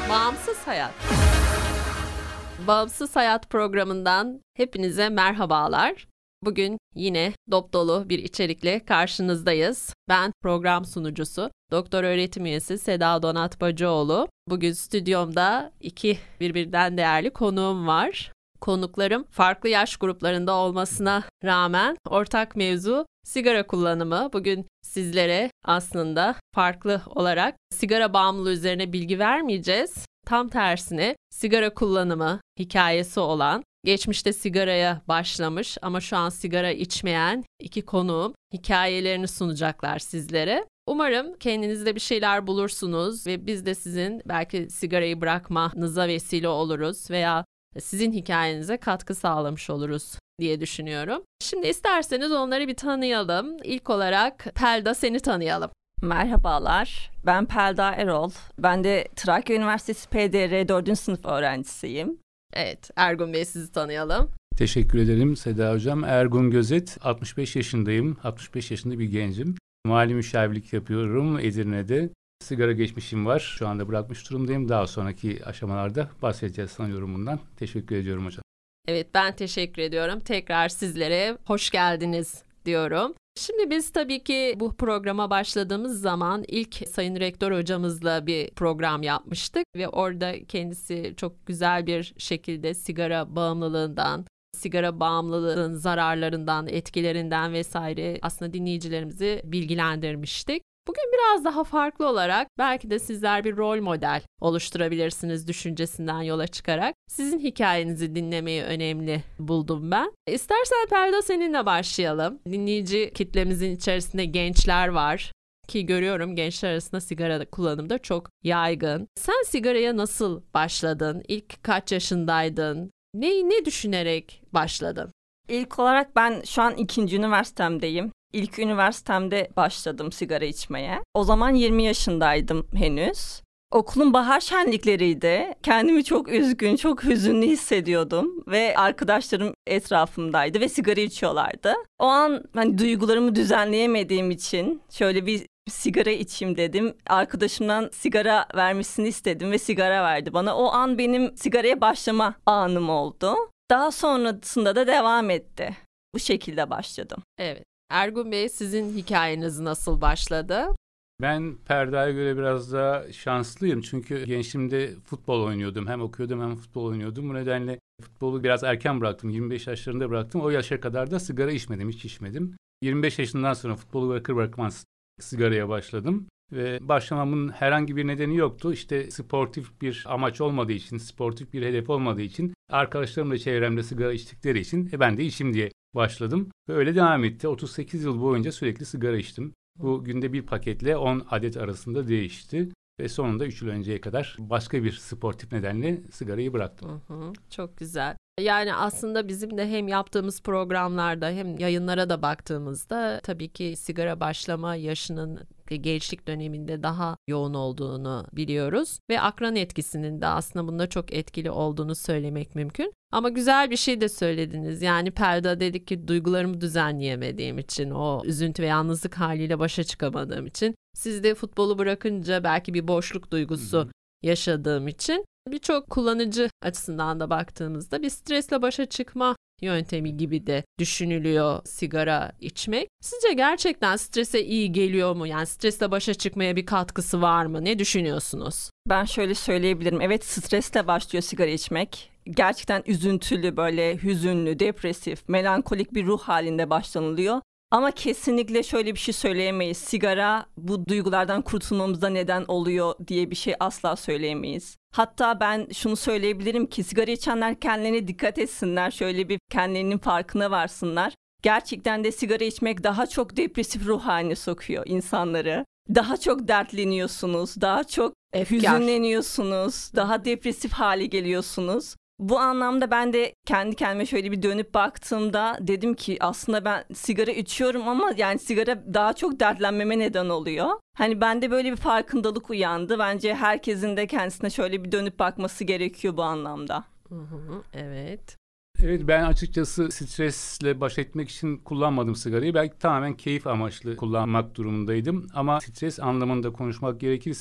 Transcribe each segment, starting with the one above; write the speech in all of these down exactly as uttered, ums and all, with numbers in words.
Bağımsız Hayat. Bağımsız Hayat programından hepinize merhabalar. Bugün yine dop dolu bir içerikle karşınızdayız. Ben program sunucusu, doktor öğretim üyesi Seda Donat Bacıoğlu. Bugün stüdyomda iki birbirinden değerli konuğum var. Konuklarım farklı yaş gruplarında olmasına rağmen ortak mevzu sigara kullanımı. Bugün sizlere aslında farklı olarak sigara bağımlılığı üzerine bilgi vermeyeceğiz. Tam tersine sigara kullanımı hikayesi olan, geçmişte sigaraya başlamış ama şu an sigara içmeyen iki konuğum hikayelerini sunacaklar sizlere. Umarım kendinizde bir şeyler bulursunuz ve biz de sizin belki sigarayı bırakmanıza vesile oluruz veya sizin hikayenize katkı sağlamış oluruz diye düşünüyorum. Şimdi isterseniz onları bir tanıyalım. İlk olarak Pelda, seni tanıyalım. Merhabalar, ben Pelda Erol. Ben de Trakya Üniversitesi P D R dördüncü sınıf öğrencisiyim. Evet, Ergun Bey, sizi tanıyalım. Teşekkür ederim Seda Hocam. Ergun Gözet, altmış beş yaşındayım. altmış beş yaşında bir gencim. Mali müşavirlik yapıyorum Edirne'de. Sigara geçmişim var. Şu anda bırakmış durumdayım. Daha sonraki aşamalarda bahsedeceğiz sanıyorum bundan. Teşekkür ediyorum hocam. Evet, ben teşekkür ediyorum. Tekrar sizlere hoş geldiniz diyorum. Şimdi biz tabii ki bu programa başladığımız zaman ilk Sayın Rektör hocamızla bir program yapmıştık ve orada kendisi çok güzel bir şekilde sigara bağımlılığından, sigara bağımlılığının zararlarından, etkilerinden vesaire aslında dinleyicilerimizi bilgilendirmiştik. Bugün biraz daha farklı olarak belki de sizler bir rol model oluşturabilirsiniz düşüncesinden yola çıkarak. Sizin hikayenizi dinlemeyi önemli buldum ben. İstersen Pelda, seninle başlayalım. Dinleyici kitlemizin içerisinde gençler var ki görüyorum gençler arasında sigara kullanımı da çok yaygın. Sen sigaraya nasıl başladın? İlk kaç yaşındaydın? Ne, ne düşünerek başladın? İlk olarak ben şu an ikinci üniversitemdeyim. İlk üniversitemde başladım sigara içmeye. O zaman yirmi yaşındaydım henüz. Okulun bahar şenlikleriydi. Kendimi çok üzgün, çok hüzünlü hissediyordum. Ve arkadaşlarım etrafımdaydı ve sigara içiyorlardı. O an hani duygularımı düzenleyemediğim için şöyle bir sigara içeyim dedim. Arkadaşımdan sigara vermesini istedim ve sigara verdi bana. O an benim sigaraya başlama anım oldu. Daha sonrasında da devam etti. Bu şekilde başladım. Evet. Ergun Bey, sizin hikayeniz nasıl başladı? Ben Perda'ya göre biraz daha şanslıyım. Çünkü gençliğimde futbol oynuyordum. Hem okuyordum hem futbol oynuyordum. Bu nedenle futbolu biraz erken bıraktım. yirmi beş yaşlarında bıraktım. O yaşa kadar da sigara içmedim, hiç içmedim. yirmi beş yaşından sonra futbolu bırakır bırakmaz sigaraya başladım. Ve başlamamın herhangi bir nedeni yoktu. İşte sportif bir amaç olmadığı için, sportif bir hedef olmadığı için, arkadaşlarım da çevremde sigara içtikleri için e ben de içeyim diye başladım. Ve öyle devam etti. otuz sekiz yıl boyunca sürekli sigara içtim. Bu günde bir paketle on adet arasında değişti. Ve sonunda üç yıl önceye kadar başka bir sportif nedenle sigarayı bıraktım. Hı hı, çok güzel. Yani aslında bizim de hem yaptığımız programlarda hem yayınlara da baktığımızda tabii ki sigara başlama yaşının gençlik döneminde daha yoğun olduğunu biliyoruz. Ve akran etkisinin de aslında bunda çok etkili olduğunu söylemek mümkün. Ama güzel bir şey de söylediniz. Yani Pelda dedik ki duygularımı düzenleyemediğim için, o üzüntü ve yalnızlık haliyle başa çıkamadığım için. Siz de futbolu bırakınca belki bir boşluk duygusu Hı-hı. yaşadığım için. Birçok kullanıcı açısından da baktığımızda bir stresle başa çıkma yöntemi gibi de düşünülüyor sigara içmek. Sizce gerçekten strese iyi geliyor mu? Yani stresle başa çıkmaya bir katkısı var mı? Ne düşünüyorsunuz? Ben şöyle söyleyebilirim. Evet, stresle başlıyor sigara içmek. Gerçekten üzüntülü, böyle hüzünlü, depresif, melankolik bir ruh halinde başlanılıyor. Ama kesinlikle şöyle bir şey söyleyemeyiz. Sigara bu duygulardan kurtulmamıza neden oluyor diye bir şey asla söyleyemeyiz. Hatta ben şunu söyleyebilirim ki sigara içenler kendilerine dikkat etsinler. Şöyle bir kendilerinin farkına varsınlar. Gerçekten de sigara içmek daha çok depresif ruh haline sokuyor insanları. Daha çok dertleniyorsunuz, daha çok Efkar. hüzünleniyorsunuz, daha depresif hale geliyorsunuz. Bu anlamda ben de kendi kendime şöyle bir dönüp baktığımda dedim ki aslında ben sigara içiyorum ama yani sigara daha çok dertlenmeme neden oluyor. Hani bende böyle bir farkındalık uyandı. Bence herkesin de kendisine şöyle bir dönüp bakması gerekiyor bu anlamda. Hı hı, evet. Evet, ben açıkçası stresle baş etmek için kullanmadım sigarayı. Belki tamamen keyif amaçlı kullanmak durumundaydım. Ama stres anlamında konuşmak gerekirse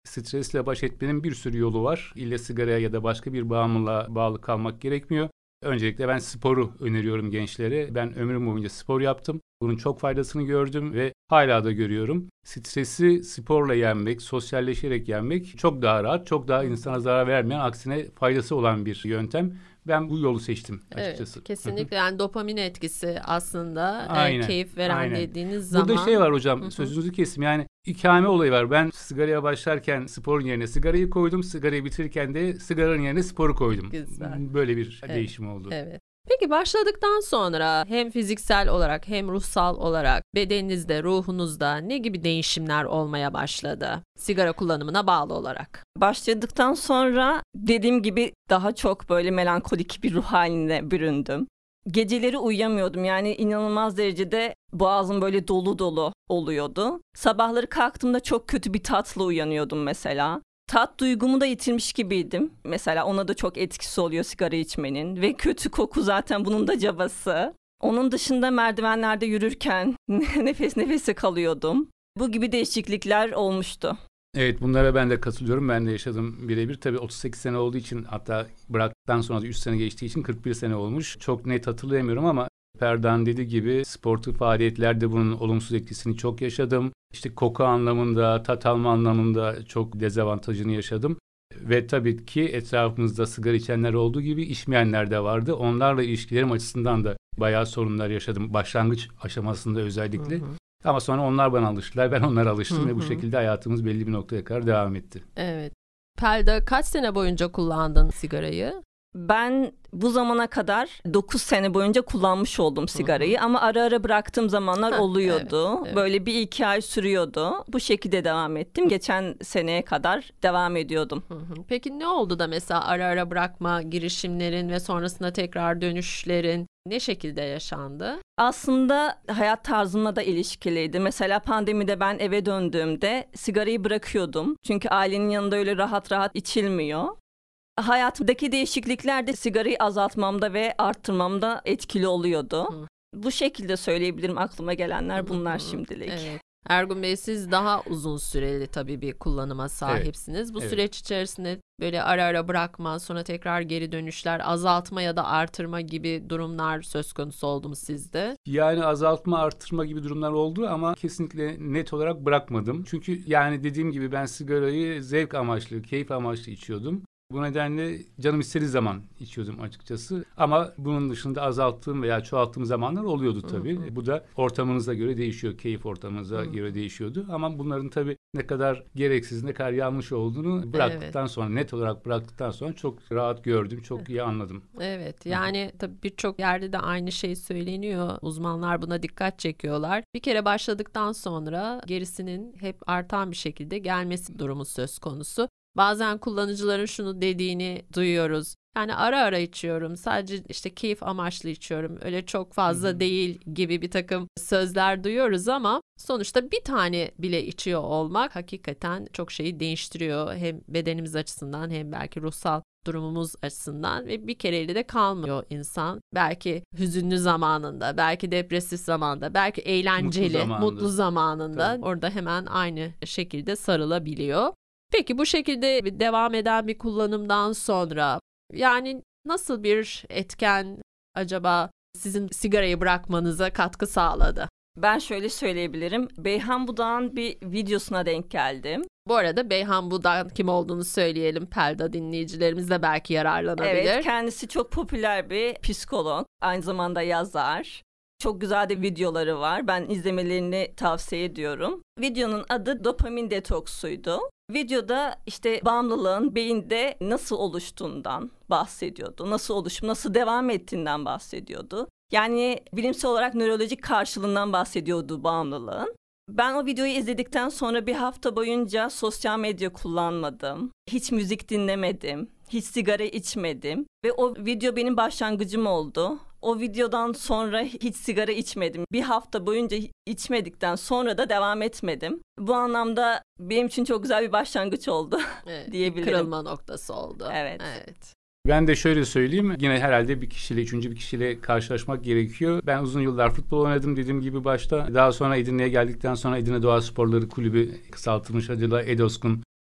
Stresle baş etmenin bir sürü yolu var. İlle sigaraya ya da başka bir bağımlılığa bağlı kalmak gerekmiyor. Öncelikle ben sporu öneriyorum gençlere. Ben ömrüm boyunca spor yaptım. Bunun çok faydasını gördüm ve hala da görüyorum. Stresi sporla yenmek, sosyalleşerek yenmek çok daha rahat, çok daha insana zarar vermeyen, aksine faydası olan bir yöntem. Ben bu yolu seçtim açıkçası. Evet, kesinlikle. Yani dopamin etkisi aslında aynen, e, keyif veren aynen. dediğiniz zaman. Burada şey var hocam, sözünüzü kesim. Yani ikame olayı var. Ben sigaraya başlarken sporun yerine sigarayı koydum. Sigarayı bitirirken de sigaranın yerine sporu koydum. Güzel. Böyle bir evet. değişim oldu. Evet. Peki başladıktan sonra hem fiziksel olarak hem ruhsal olarak bedeninizde, ruhunuzda ne gibi değişimler olmaya başladı? Sigara kullanımına bağlı olarak. Başladıktan sonra dediğim gibi daha çok böyle melankolik bir ruh haline büründüm. Geceleri uyuyamıyordum, yani inanılmaz derecede boğazım böyle dolu dolu oluyordu. Sabahları kalktığımda çok kötü bir tatla uyanıyordum mesela. Tat duygumu da yitirmiş gibiydim. Mesela ona da çok etkisi oluyor sigara içmenin. Ve kötü koku zaten bunun da cabası. Onun dışında merdivenlerde yürürken nefes nefese kalıyordum. Bu gibi değişiklikler olmuştu. Evet, bunlara ben de katılıyorum. Ben de yaşadım birebir. Tabii otuz sekiz sene olduğu için, hatta bıraktıktan sonra da üç sene geçtiği için kırk bir sene olmuş. Çok net hatırlayamıyorum ama Perdan dediği gibi sportif faaliyetlerde bunun olumsuz etkisini çok yaşadım. İşte koku anlamında, tat alma anlamında çok dezavantajını yaşadım. Ve tabii ki etrafımızda sigara içenler olduğu gibi içmeyenler de vardı. Onlarla ilişkilerim açısından da bayağı sorunlar yaşadım. Başlangıç aşamasında özellikle. Hı hı. Ama sonra onlar bana alıştılar, ben onlara alıştım. Hı hı. Ve bu şekilde hayatımız belli bir noktaya kadar devam etti. Evet. Pelda, kaç sene boyunca kullandın sigarayı? Ben bu zamana kadar dokuz sene boyunca kullanmış oldum sigarayı. Hı hı. Ama ara ara bıraktığım zamanlar ha, oluyordu. Evet, evet. Böyle bir iki ay sürüyordu. Bu şekilde devam ettim. Geçen seneye kadar devam ediyordum. Hı hı. Peki ne oldu da mesela ara ara bırakma girişimlerin ve sonrasında tekrar dönüşlerin ne şekilde yaşandı? Aslında hayat tarzımla da ilişkiliydi. Mesela pandemide ben eve döndüğümde sigarayı bırakıyordum. Çünkü ailenin yanında öyle rahat rahat içilmiyor. Hayatımdaki değişiklikler de sigarayı azaltmamda ve arttırmamda etkili oluyordu. Hı. Bu şekilde söyleyebilirim, aklıma gelenler bunlar Hı. şimdilik. Evet. Ergun Bey, siz daha uzun süreli tabii bir kullanıma sahipsiniz. Evet. Bu evet. süreç içerisinde böyle ara ara bırakma, sonra tekrar geri dönüşler, azaltma ya da artırma gibi durumlar söz konusu oldu mu sizde? Yani azaltma, artırma gibi durumlar oldu ama kesinlikle net olarak bırakmadım. Çünkü yani dediğim gibi ben sigarayı zevk amaçlı, keyif amaçlı içiyordum. Bu nedenle canım istediği zaman içiyordum açıkçası. Ama bunun dışında azalttığım veya çoğalttığım zamanlar oluyordu tabii. Hı hı. Bu da ortamınıza göre değişiyor. Keyif ortamınıza hı. göre değişiyordu. Ama bunların tabii ne kadar gereksiz, ne kadar yanlış olduğunu bıraktıktan evet. sonra, net olarak bıraktıktan sonra çok rahat gördüm. Çok evet. iyi anladım. Evet. Yani hı. tabii birçok yerde de aynı şey söyleniyor. Uzmanlar buna dikkat çekiyorlar. Bir kere başladıktan sonra gerisinin hep artan bir şekilde gelmesi durumu söz konusu. Bazen kullanıcıların şunu dediğini duyuyoruz. Yani ara ara içiyorum, sadece işte keyif amaçlı içiyorum, öyle çok fazla Hı-hı. değil gibi bir takım sözler duyuyoruz ama sonuçta bir tane bile içiyor olmak hakikaten çok şeyi değiştiriyor. Hem bedenimiz açısından hem belki ruhsal durumumuz açısından ve bir kereyle de kalmıyor insan. Belki hüzünlü zamanında, belki depresif zamanda, belki eğlenceli, mutlu zamanında, mutlu zamanında Tabii. orada hemen aynı şekilde sarılabiliyor. Peki bu şekilde devam eden bir kullanımdan sonra yani nasıl bir etken acaba sizin sigarayı bırakmanıza katkı sağladı? Ben şöyle söyleyebilirim. Beyhan Budak'ın bir videosuna denk geldim. Bu arada Beyhan Budak'ın kim olduğunu söyleyelim. Pelda dinleyicilerimiz de belki yararlanabilir. Evet, kendisi çok popüler bir psikolog. Aynı zamanda yazar. Çok güzel de videoları var. Ben izlemelerini tavsiye ediyorum. Videonun adı Dopamin Detoksuydu. Videoda işte bağımlılığın beyinde nasıl oluştuğundan bahsediyordu. Nasıl oluşup nasıl devam ettiğinden bahsediyordu. Yani bilimsel olarak nörolojik karşılığından bahsediyordu bağımlılığın. Ben o videoyu izledikten sonra bir hafta boyunca sosyal medya kullanmadım. Hiç müzik dinlemedim. Hiç sigara içmedim. Ve o video benim başlangıcım oldu. O videodan sonra hiç sigara içmedim. Bir hafta boyunca içmedikten sonra da devam etmedim. Bu anlamda benim için çok güzel bir başlangıç oldu evet, diyebilirim. Kırılma noktası oldu. Evet. evet. Ben de şöyle söyleyeyim. Yine herhalde bir kişiyle, üçüncü bir kişiyle karşılaşmak gerekiyor. Ben uzun yıllar futbol oynadım dediğim gibi başta. Daha sonra Edirne'ye geldikten sonra Edirne Doğa Sporları Kulübü, kısaltılmış adıyla EDOSK'un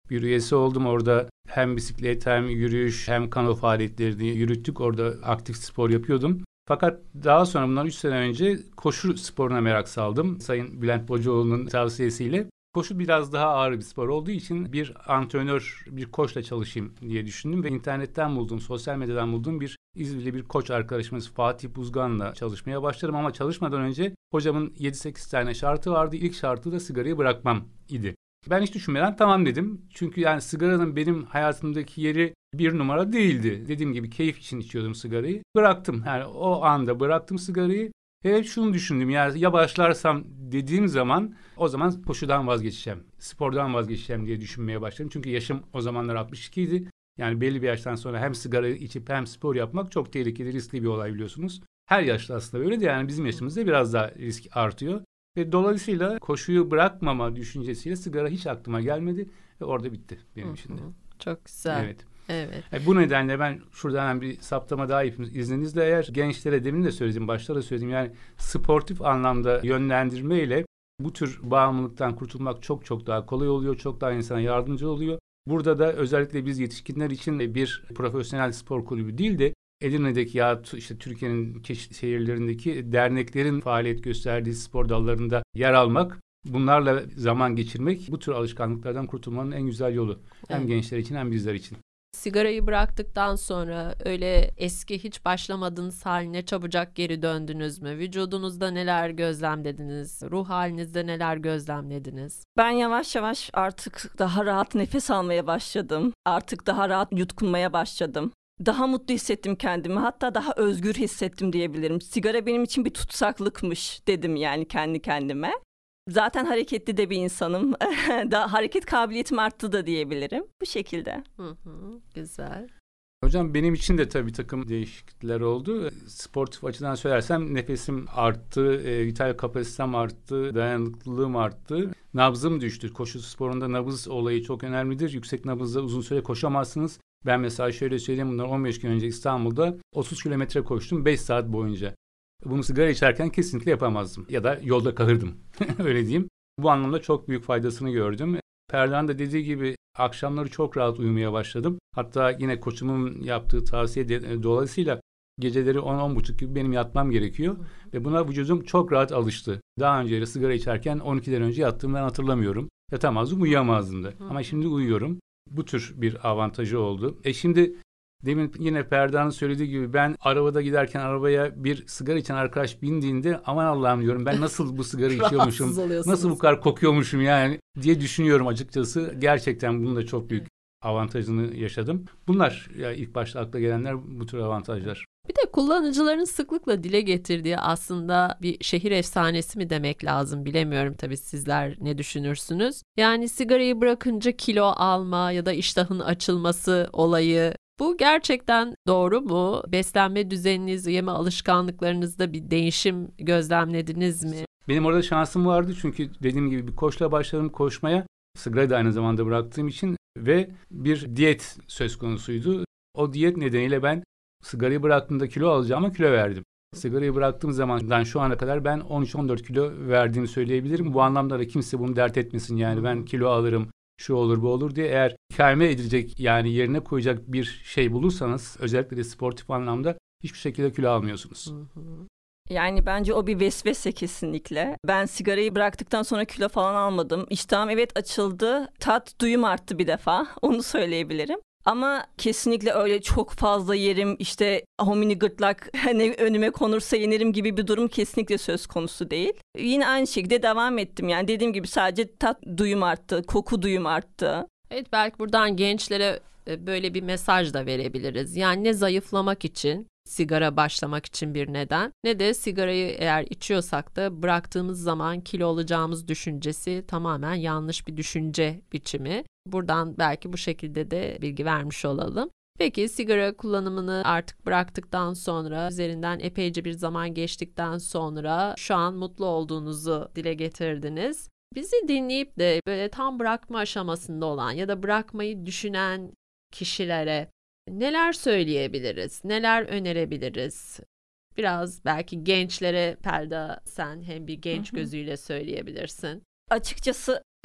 bir üyesi oldum. Orada hem bisiklet hem yürüyüş hem kano faaliyetlerini yürüttük. Orada aktif spor yapıyordum. Fakat daha sonra bundan üç sene önce koşu sporuna merak saldım. Sayın Bülent Bocaoğlu'nun tavsiyesiyle. Koşu biraz daha ağır bir spor olduğu için bir antrenör, bir koçla çalışayım diye düşündüm ve internetten bulduğum, sosyal medyadan bulduğum bir İzmirli bir koç arkadaşımız Fatih Buzgan'la çalışmaya başladım. Ama çalışmadan önce hocamın yedi sekiz tane şartı vardı. İlk şartı da sigarayı bırakmam idi. Ben hiç düşünmeden tamam dedim. Çünkü yani sigaranın benim hayatımdaki yeri bir numara değildi. Dediğim gibi keyif için içiyordum sigarayı. Bıraktım. Yani o anda bıraktım sigarayı. Hep şunu düşündüm, yani ya başlarsam dediğim zaman o zaman koşudan vazgeçeceğim, spordan vazgeçeceğim diye düşünmeye başladım. Çünkü yaşım o zamanlar altmış iki idi. Yani belli bir yaştan sonra hem sigara içip hem spor yapmak çok tehlikeli, riskli bir olay biliyorsunuz. Her yaşta aslında öyle de yani bizim yaşımızda biraz daha risk artıyor. Ve dolayısıyla koşuyu bırakmama düşüncesiyle sigara hiç aklıma gelmedi ve orada bitti benim için de. Çok güzel. Evet. Evet. E bu nedenle ben şuradan hemen bir saptama daha yapayım. İzninizle eğer gençlere demin de söyledim, başta da söyledim. Yani sportif anlamda yönlendirmeyle bu tür bağımlılıktan kurtulmak çok çok daha kolay oluyor. Çok daha insana yardımcı oluyor. Burada da özellikle biz yetişkinler için bir profesyonel spor kulübü değil de Edirne'deki ya işte Türkiye'nin şehirlerindeki derneklerin faaliyet gösterdiği spor dallarında yer almak, bunlarla zaman geçirmek bu tür alışkanlıklardan kurtulmanın en güzel yolu. Hem Evet. gençler için hem bizler için. Sigarayı bıraktıktan sonra öyle eski hiç başlamadığınız haline çabucak geri döndünüz mü? Vücudunuzda neler gözlemlediniz? Ruh halinizde neler gözlemlediniz? Ben yavaş yavaş artık daha rahat nefes almaya başladım. Artık daha rahat yutkunmaya başladım. Daha mutlu hissettim kendimi. Hatta daha özgür hissettim diyebilirim. Sigara benim için bir tutsaklıkmış dedim yani kendi kendime. Zaten hareketli de bir insanım. Daha hareket kabiliyetim arttı da diyebilirim. Bu şekilde. Hı hı, güzel. Hocam benim için de tabii bir takım değişiklikler oldu. Sportif açıdan söylersem nefesim arttı, e, vital kapasitem arttı, dayanıklılığım arttı. Nabzım düştü. Koşu sporunda nabız olayı çok önemlidir. Yüksek nabızda uzun süre koşamazsınız. Ben mesela şöyle söyleyeyim, bundan on beş gün önce İstanbul'da otuz kilometre koştum beş saat boyunca. Bunu sigara içerken kesinlikle yapamazdım. Ya da yolda kalırdım. Öyle diyeyim. Bu anlamda çok büyük faydasını gördüm. Perdan da dediği gibi akşamları çok rahat uyumaya başladım. Hatta yine koçumun yaptığı tavsiye de, dolayısıyla geceleri on on buçuk gibi benim yatmam gerekiyor. Ve buna vücudum çok rahat alıştı. Daha önce sigara içerken on ikiden önce yattığımı ben hatırlamıyorum. Yatamazdım, uyuyamazdım da. Ama şimdi uyuyorum. Bu tür bir avantajı oldu. E şimdi demin yine Perda'nın söylediği gibi ben arabada giderken arabaya bir sigara içen arkadaş bindiğinde aman Allah'ım diyorum, ben nasıl bu sigara içiyormuşum, nasıl bu kadar kokuyormuşum yani diye düşünüyorum açıkçası. Gerçekten bunun da çok büyük avantajını yaşadım. Bunlar ya ilk başta akla gelenler, bu tür avantajlar. Bir de kullanıcıların sıklıkla dile getirdiği aslında bir şehir efsanesi mi demek lazım bilemiyorum, tabii sizler ne düşünürsünüz? Yani sigarayı bırakınca kilo alma ya da iştahın açılması olayı. Bu gerçekten doğru mu? Beslenme düzeniniz, yeme alışkanlıklarınızda bir değişim gözlemlediniz mi? Benim orada şansım vardı çünkü dediğim gibi bir koşula başladım koşmaya. Sigarayı da aynı zamanda bıraktığım için ve bir diyet söz konusuydu. O diyet nedeniyle ben sigarayı bıraktığımda kilo alacağıma kilo verdim. Sigarayı bıraktığım zamandan şu ana kadar ben on üç on dört kilo verdiğimi söyleyebilirim. Bu anlamda da kimse bunu dert etmesin. Yani ben kilo alırım, şu olur bu olur diye. Eğer ikame edilecek, yani yerine koyacak bir şey bulursanız, özellikle de sportif anlamda hiçbir şekilde kilo almıyorsunuz. Hı hı. Yani bence o bir vesvese kesinlikle. Ben sigarayı bıraktıktan sonra kilo falan almadım. İştahım evet açıldı. Tat duyum arttı bir defa. Onu söyleyebilirim. Ama kesinlikle öyle çok fazla yerim, işte homini gırtlak hani önüme konursa yenerim gibi bir durum kesinlikle söz konusu değil. Yine aynı şekilde devam ettim. Yani dediğim gibi sadece tat duyum arttı, koku duyum arttı. Evet, belki buradan gençlere böyle bir mesaj da verebiliriz. Yani ne zayıflamak için, sigara başlamak için bir neden, ne de sigarayı eğer içiyorsak da bıraktığımız zaman kilo alacağımız düşüncesi tamamen yanlış bir düşünce biçimi. Buradan belki bu şekilde de bilgi vermiş olalım. Peki sigara kullanımını artık bıraktıktan sonra, üzerinden epeyce bir zaman geçtikten sonra şu an mutlu olduğunuzu dile getirdiniz. Bizi dinleyip de böyle tam bırakma aşamasında olan ya da bırakmayı düşünen kişilere neler söyleyebiliriz, neler önerebiliriz? Biraz belki gençlere, Pelda sen hem bir genç Hı hı. gözüyle söyleyebilirsin. Açıkçası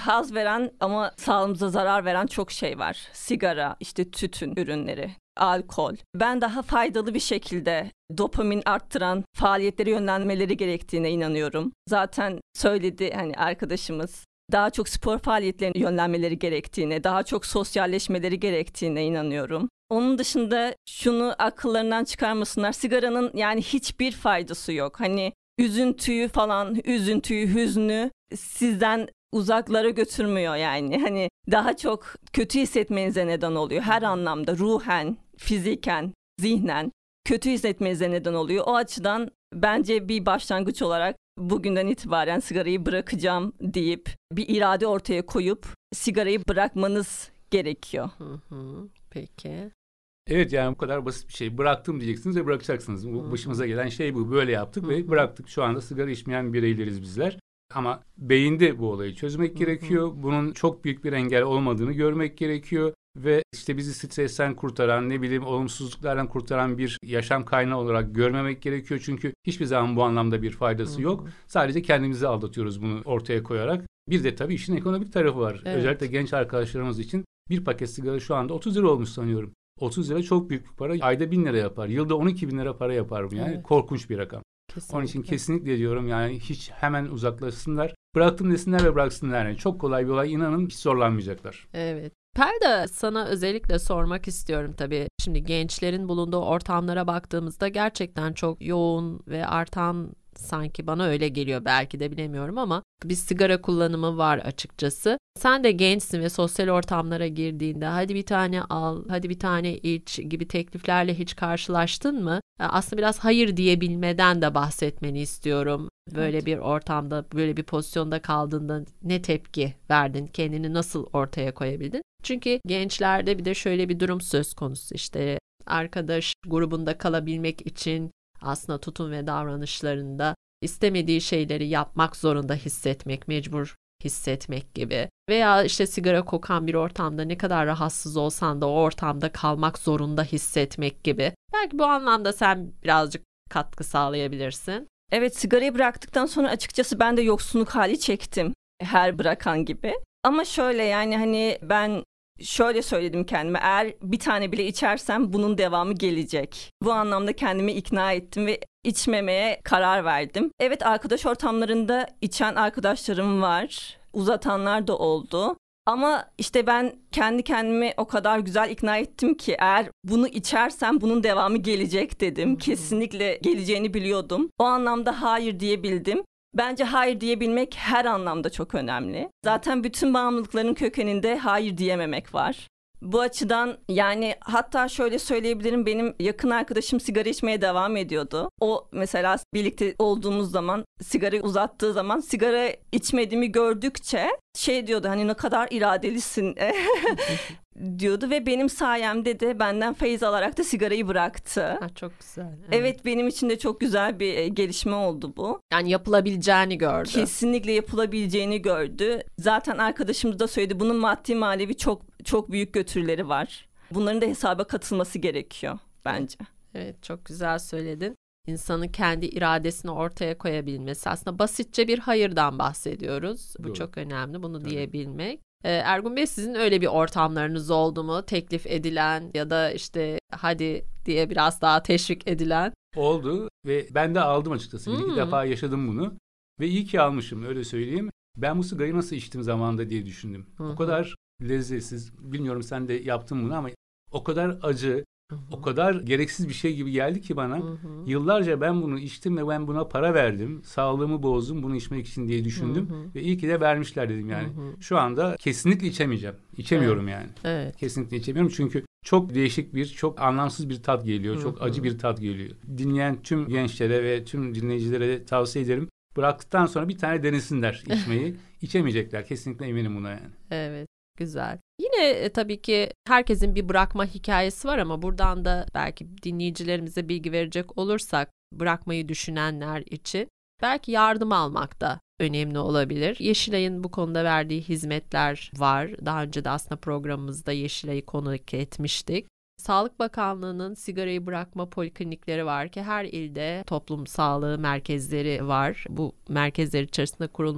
haz veren ama sağlığımıza zarar veren çok şey var. Sigara, işte tütün ürünleri, alkol. Ben daha faydalı bir şekilde dopamin arttıran faaliyetlere yönlenmeleri gerektiğine inanıyorum. Zaten söyledi hani arkadaşımız. Daha çok spor faaliyetlerine yönlenmeleri gerektiğine, daha çok sosyalleşmeleri gerektiğine inanıyorum. Onun dışında şunu akıllarından çıkarmasınlar. Sigaranın yani hiçbir faydası yok. Hani üzüntüyü falan, üzüntüyü, hüznü sizden uzaklara götürmüyor yani. Hani daha çok kötü hissetmenize neden oluyor. Her anlamda ruhen, fiziken, zihnen kötü hissetmenize neden oluyor. O açıdan bence bir başlangıç olarak bugünden itibaren sigarayı bırakacağım deyip bir irade ortaya koyup sigarayı bırakmanız gerekiyor. Hı hı, peki. Evet, yani bu kadar basit bir şey. Bıraktım diyeceksiniz ve bırakacaksınız. Bu başımıza gelen şey bu. Böyle yaptık ve bıraktık. Şu anda sigara içmeyen bireyleriz bizler. Ama beyinde bu olayı çözmek gerekiyor. Bunun çok büyük bir engel olmadığını görmek gerekiyor. Ve işte bizi stresten kurtaran, ne bileyim olumsuzluklardan kurtaran bir yaşam kaynağı olarak görmemek gerekiyor. Çünkü hiçbir zaman bu anlamda bir faydası yok. Sadece kendimizi aldatıyoruz bunu ortaya koyarak. Bir de tabii işin ekonomik tarafı var. Evet. Özellikle genç arkadaşlarımız için bir paket sigara şu anda otuz lira olmuş sanıyorum. otuz lira çok büyük bir para. Ayda bin lira yapar. Yılda on iki bin lira para yapar bu yani. Evet. Korkunç bir rakam. Kesinlikle. Onun için kesinlikle diyorum yani hiç hemen uzaklaşsınlar. Bıraktım desinler ve bıraksınlar. Yani çok kolay bir olay, inanın hiç zorlanmayacaklar. Evet. Perda, sana özellikle sormak istiyorum tabii. Şimdi gençlerin bulunduğu ortamlara baktığımızda gerçekten çok yoğun ve artan, sanki bana öyle geliyor, belki de bilemiyorum ama bir sigara kullanımı var açıkçası. Sen de gençsin ve sosyal ortamlara girdiğinde hadi bir tane al, hadi bir tane iç gibi tekliflerle hiç karşılaştın mı? Aslında biraz hayır diyebilmeden de bahsetmeni istiyorum. Böyle evet. Bir ortamda, böyle bir pozisyonda kaldığında ne tepki verdin? Kendini nasıl ortaya koyabildin? Çünkü gençlerde bir de şöyle bir durum söz konusu, işte arkadaş grubunda kalabilmek için aslında tutum ve davranışlarında istemediği şeyleri yapmak zorunda hissetmek, mecbur hissetmek gibi. Veya işte sigara kokan bir ortamda ne kadar rahatsız olsan da o ortamda kalmak zorunda hissetmek gibi. Belki bu anlamda sen birazcık katkı sağlayabilirsin. Evet, sigarayı bıraktıktan sonra açıkçası ben de yoksunluk hali çektim. Her bırakan gibi. Ama şöyle yani hani ben şöyle söyledim kendime, eğer bir tane bile içersem bunun devamı gelecek. Bu anlamda kendimi ikna ettim ve içmemeye karar verdim. Evet, arkadaş ortamlarında içen arkadaşlarım var. Uzatanlar da oldu. Ama işte ben kendi kendimi o kadar güzel ikna ettim ki eğer bunu içersem bunun devamı gelecek dedim. Kesinlikle geleceğini biliyordum. O anlamda hayır diyebildim. Bence hayır diyebilmek her anlamda çok önemli. Zaten bütün bağımlılıkların kökeninde hayır diyememek var. Bu açıdan yani hatta şöyle söyleyebilirim, benim yakın arkadaşım sigara içmeye devam ediyordu. O mesela birlikte olduğumuz zaman, sigarayı uzattığı zaman sigara içmediğimi gördükçe şey diyordu, hani ne kadar iradelisin diyordu ve benim sayemde de benden feyiz alarak da sigarayı bıraktı. Ha, çok güzel. Evet. evet, benim için de çok güzel bir gelişme oldu bu. Yani yapılabileceğini gördü. Kesinlikle yapılabileceğini gördü. Zaten arkadaşımız da söyledi, bunun maddi manevi çok çok büyük götürüleri var. Bunların da hesaba katılması gerekiyor bence. Evet, çok güzel söyledin. İnsanın kendi iradesini ortaya koyabilmesi. Aslında basitçe bir hayırdan bahsediyoruz. Bu Doğru. Çok önemli, bunu evet. diyebilmek. Ee, Ergun Bey, sizin öyle bir ortamlarınız oldu mu? Teklif edilen ya da işte hadi diye biraz daha teşvik edilen. Oldu ve ben de aldım açıkçası. Bir hmm. iki defa yaşadım bunu. Ve iyi ki almışım, öyle söyleyeyim. Ben bu sigarayı nasıl içtim zamanında diye düşündüm. Hı-hı. O kadar lezzetsiz, bilmiyorum sen de yaptın bunu ama o kadar acı, Hı-hı. o kadar gereksiz bir şey gibi geldi ki bana. Hı-hı. Yıllarca ben bunu içtim ve ben buna para verdim. Sağlığımı bozdum bunu içmek için diye düşündüm. Hı-hı. Ve iyi ki de vermişler dedim yani. Hı-hı. Şu anda kesinlikle içemeyeceğim. İçemiyorum evet. yani. Evet. Kesinlikle içemiyorum çünkü çok değişik bir, çok anlamsız bir tat geliyor. Hı-hı. Çok acı bir tat geliyor. Dinleyen tüm gençlere ve tüm dinleyicilere de tavsiye ederim. Bıraktıktan sonra bir tane denesinler içmeyi. İçemeyecekler. Kesinlikle eminim buna yani. Evet. Güzel. Yine e, tabii ki herkesin bir bırakma hikayesi var ama buradan da belki dinleyicilerimize bilgi verecek olursak bırakmayı düşünenler için belki yardım almak da önemli olabilir. Yeşilay'ın bu konuda verdiği hizmetler var. Daha önce de aslında programımızda Yeşilay'ı konuk etmiştik. Sağlık Bakanlığı'nın sigarayı bırakma poliklinikleri var ki her ilde toplum sağlığı merkezleri var. Bu merkezler içerisinde kurulmuş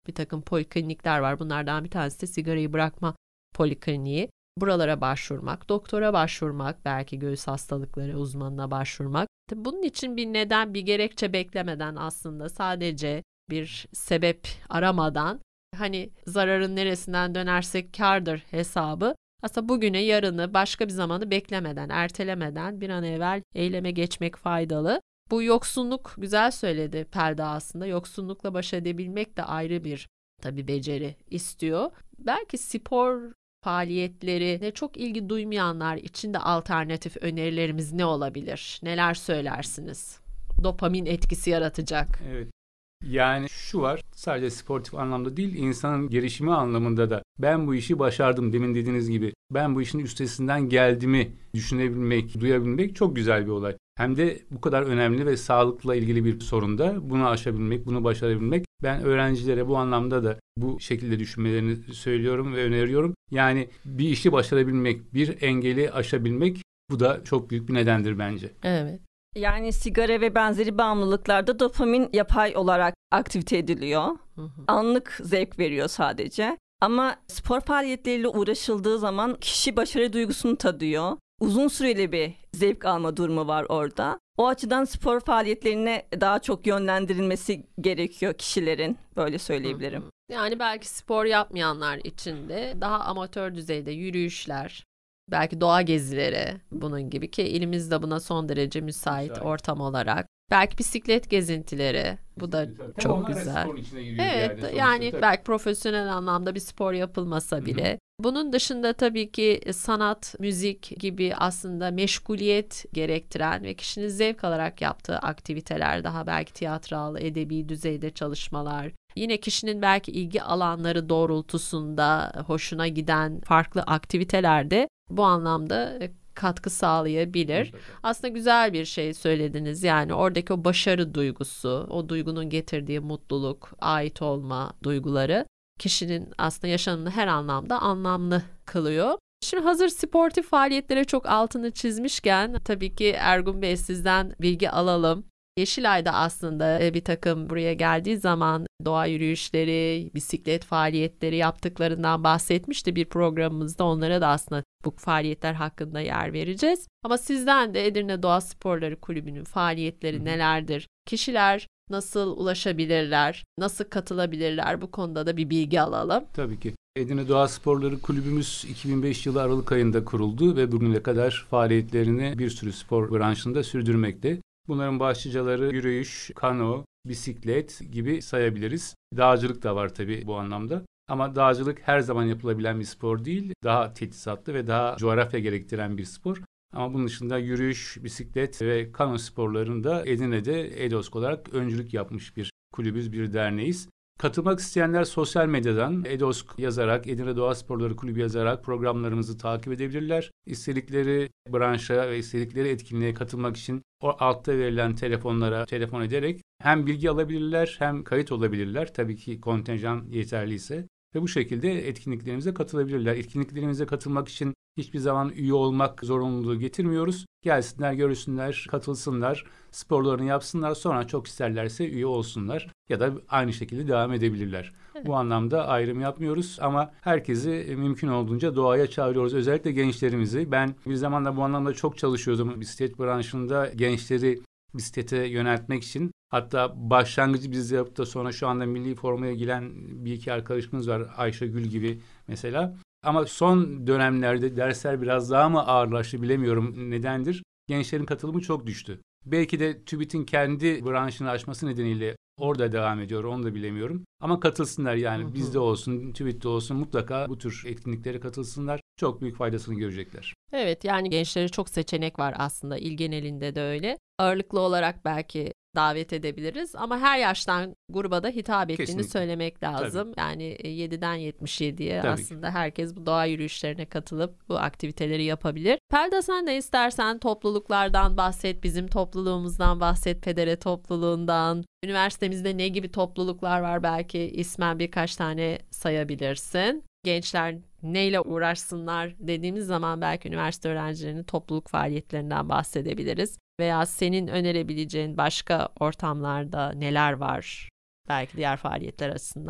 bir takım poliklinikler var. Bunlardan bir tanesi de sigarayı bırakma polikliniği. Buralara başvurmak, doktora başvurmak, belki göğüs hastalıkları uzmanına başvurmak. Bunun için bir neden, bir gerekçe beklemeden aslında sadece bir sebep aramadan hani zararın neresinden dönersek kârdır hesabı. Aslında bugüne, yarını, başka bir zamanı beklemeden, ertelemeden bir an evvel eyleme geçmek faydalı. Bu yoksunluk, güzel söyledi Pelda aslında. Yoksunlukla baş edebilmek de ayrı bir tabii beceri istiyor. Belki spor faaliyetlerine çok ilgi duymayanlar için de alternatif önerilerimiz ne olabilir? Neler söylersiniz? Dopamin etkisi yaratacak. Evet. Yani şu var, sadece sportif anlamda değil, insanın gelişimi anlamında da ben bu işi başardım, demin dediğiniz gibi ben bu işin üstesinden geldiğimi düşünebilmek, duyabilmek çok güzel bir olay. Hem de bu kadar önemli ve sağlıkla ilgili bir sorunda bunu aşabilmek, bunu başarabilmek. Ben öğrencilere bu anlamda da bu şekilde düşünmelerini söylüyorum ve öneriyorum. Yani bir işi başarabilmek, bir engeli aşabilmek, bu da çok büyük bir nedendir bence. Evet. Yani sigara ve benzeri bağımlılıklarda dopamin yapay olarak aktivite ediliyor. Hı hı. Anlık zevk veriyor sadece. Ama spor faaliyetleriyle uğraşıldığı zaman kişi başarı duygusunu tadıyor. Uzun süreli bir zevk alma durumu var orada. O açıdan spor faaliyetlerine daha çok yönlendirilmesi gerekiyor kişilerin, böyle söyleyebilirim. Hı hı. Yani belki spor yapmayanlar için de daha amatör düzeyde yürüyüşler, belki doğa gezileri, bunun gibi ki elimizde buna son derece müsait, müsait. ortam olarak. Belki bisiklet gezintileri, bu da tabii, çok tabii güzel. Evet, yani, yani belki profesyonel anlamda bir spor yapılmasa bile. Hı-hı. Bunun dışında tabii ki sanat, müzik gibi aslında meşguliyet gerektiren ve kişinin zevk alarak yaptığı aktiviteler, daha belki tiyatral, edebi düzeyde çalışmalar. Yine kişinin belki ilgi alanları doğrultusunda hoşuna giden farklı aktivitelerde bu anlamda katkı sağlayabilir. Aslında güzel bir şey söylediniz. Yani oradaki o başarı duygusu, o duygunun getirdiği mutluluk, ait olma duyguları kişinin aslında yaşamını her anlamda anlamlı kılıyor. Şimdi hazır sportif faaliyetlere çok altını çizmişken tabii ki Ergun Bey sizden bilgi alalım. Yeşilay'da aslında bir takım buraya geldiği zaman doğa yürüyüşleri, bisiklet faaliyetleri yaptıklarından bahsetmişti bir programımızda. Onlara da aslında bu faaliyetler hakkında yer vereceğiz. Ama sizden de Edirne Doğa Sporları Kulübü'nün faaliyetleri Hı-hı. nelerdir? Kişiler nasıl ulaşabilirler, nasıl katılabilirler? Bu konuda da bir bilgi alalım. Tabii ki. Edirne Doğa Sporları Kulübümüz iki bin beş yılı Aralık ayında kuruldu ve bugüne kadar faaliyetlerini bir sürü spor branşında sürdürmekte. Bunların başlıcaları yürüyüş, kano, bisiklet gibi sayabiliriz. Dağcılık da var tabii bu anlamda. Ama dağcılık her zaman yapılabilen bir spor değil. Daha teçhizatlı ve daha coğrafya gerektiren bir spor. Ama bunun dışında yürüyüş, bisiklet ve kano sporlarında Edirne'de EDOSK olarak öncülük yapmış bir kulübüz, bir derneğiz. Katılmak isteyenler sosyal medyadan EDOSK yazarak, Edirne Doğa Sporları Kulübü yazarak programlarımızı takip edebilirler. İstedikleri branşa ve istedikleri etkinliğe katılmak için o altta verilen telefonlara telefon ederek hem bilgi alabilirler hem kayıt olabilirler. Tabii ki kontenjan yeterliyse. Ve bu şekilde etkinliklerimize katılabilirler. Etkinliklerimize katılmak için hiçbir zaman üye olmak zorunluluğu getirmiyoruz. Gelsinler, görürsünler, katılsınlar, sporlarını yapsınlar. Sonra çok isterlerse üye olsunlar ya da aynı şekilde devam edebilirler. Evet. Bu anlamda ayrım yapmıyoruz ama herkesi mümkün olduğunca doğaya çağırıyoruz. Özellikle gençlerimizi. Ben bir zamanla bu anlamda çok çalışıyordum. Bisiklet branşında gençleri bisiklete yöneltmek için. Hatta başlangıcı biz yapıp da sonra şu anda milli formaya giren bir iki arkadaşımız var. Ayşe Gül gibi mesela. Ama son dönemlerde dersler biraz daha mı ağırlaştı bilemiyorum nedendir. Gençlerin katılımı çok düştü. Belki de TÜBİT'in kendi branşını açması nedeniyle orada devam ediyor, onu da bilemiyorum. Ama katılsınlar yani, hı hı. Bizde olsun, TÜBİT'te olsun, mutlaka bu tür etkinliklere katılsınlar. Çok büyük faydasını görecekler. Evet, yani gençlere çok seçenek var aslında, il genelinde de öyle. Ağırlıklı olarak belki davet edebiliriz ama her yaştan gruba da hitap ettiğini Kesinlikle. söylemek lazım. Tabii. Yani yediden yetmiş yediye Tabii aslında ki. herkes bu doğa yürüyüşlerine katılıp bu aktiviteleri yapabilir. Pelda, sen de istersen topluluklardan bahset, bizim topluluğumuzdan bahset, Pedere topluluğundan. Üniversitemizde ne gibi topluluklar var, belki ismen birkaç tane sayabilirsin. Gençler neyle uğraşsınlar dediğimiz zaman belki üniversite öğrencilerinin topluluk faaliyetlerinden bahsedebiliriz. Veya senin önerebileceğin başka ortamlarda neler var belki diğer faaliyetler açısından?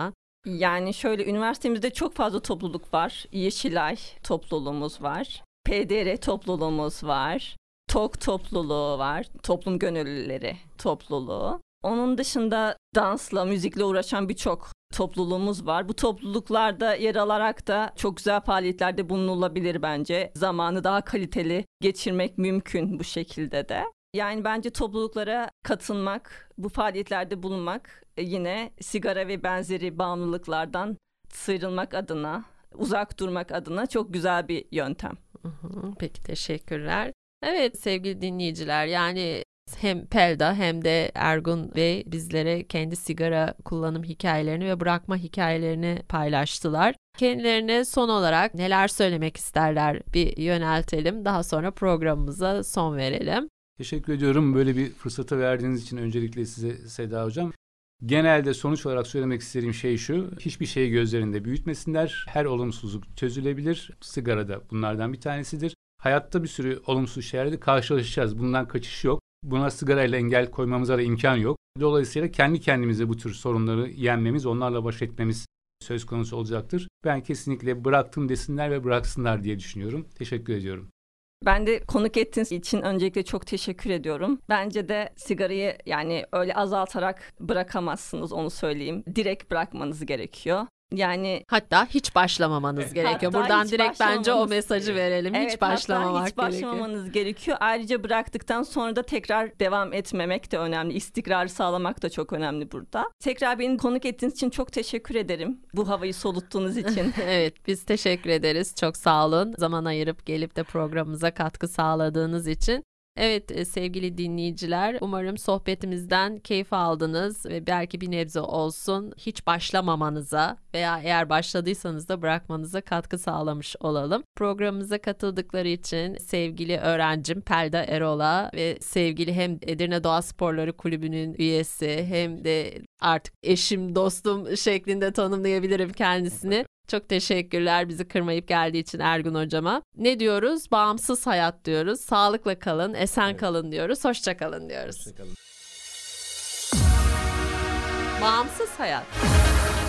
Yani şöyle, üniversitemizde çok fazla topluluk var. Yeşilay topluluğumuz var. P D R topluluğumuz var. TOK topluluğu var. Toplum Gönüllüleri topluluğu. Onun dışında dansla, müzikle uğraşan birçok topluluğumuz var. Bu topluluklarda yer alarak da çok güzel faaliyetlerde bulunulabilir bence. Zamanı daha kaliteli geçirmek mümkün bu şekilde de. Yani bence topluluklara katılmak, bu faaliyetlerde bulunmak yine sigara ve benzeri bağımlılıklardan sıyrılmak adına, uzak durmak adına çok güzel bir yöntem. Peki, teşekkürler. Evet sevgili dinleyiciler, yani hem Pelda hem de Ergun Bey bizlere kendi sigara kullanım hikayelerini ve bırakma hikayelerini paylaştılar. Kendilerine son olarak neler söylemek isterler bir yöneltelim. Daha sonra programımıza son verelim. Teşekkür ediyorum böyle bir fırsatı verdiğiniz için öncelikle size Seda Hocam. Genelde sonuç olarak söylemek istediğim şey şu: hiçbir şeyi gözlerinde büyütmesinler. Her olumsuzluk çözülebilir. Sigara da bunlardan bir tanesidir. Hayatta bir sürü olumsuz şeylerle karşılaşacağız. Bundan kaçış yok. Buna sigarayla engel koymamıza da imkan yok. Dolayısıyla kendi kendimize bu tür sorunları yenmemiz, onlarla baş etmemiz söz konusu olacaktır. Ben kesinlikle bıraktım desinler ve bıraksınlar diye düşünüyorum. Teşekkür ediyorum. Ben de konuk ettiğiniz için öncelikle çok teşekkür ediyorum. Bence de sigarayı yani öyle azaltarak bırakamazsınız, onu söyleyeyim. Direkt bırakmanız gerekiyor. Yani hatta hiç başlamamanız evet. gerekiyor. Hatta Buradan direkt bence o mesajı verelim. Evet, hiç başlamamak hiç başlamamanız gerekiyor. gerekiyor. Ayrıca bıraktıktan sonra da tekrar devam etmemek de önemli. İstikrarı sağlamak da çok önemli burada. Tekrar beni konuk ettiğiniz için çok teşekkür ederim. Bu havayı soluttuğunuz için. Evet, biz teşekkür ederiz. Çok sağ olun. Zaman ayırıp gelip de programımıza katkı sağladığınız için. Evet sevgili dinleyiciler, umarım sohbetimizden keyif aldınız ve belki bir nebze olsun hiç başlamamanıza veya eğer başladıysanız da bırakmanıza katkı sağlamış olalım. Programımıza katıldıkları için sevgili öğrencim Pelda Erol'a ve sevgili hem Edirne Doğa Sporları Kulübü'nün üyesi hem de artık eşim, dostum şeklinde tanımlayabilirim kendisini. Çok teşekkürler bizi kırmayıp geldiği için Ergun hocama. Ne diyoruz? Bağımsız hayat diyoruz. Sağlıkla kalın, esen evet. kalın diyoruz. Hoşça kalın diyoruz. Hoşça kalın. Bağımsız hayat.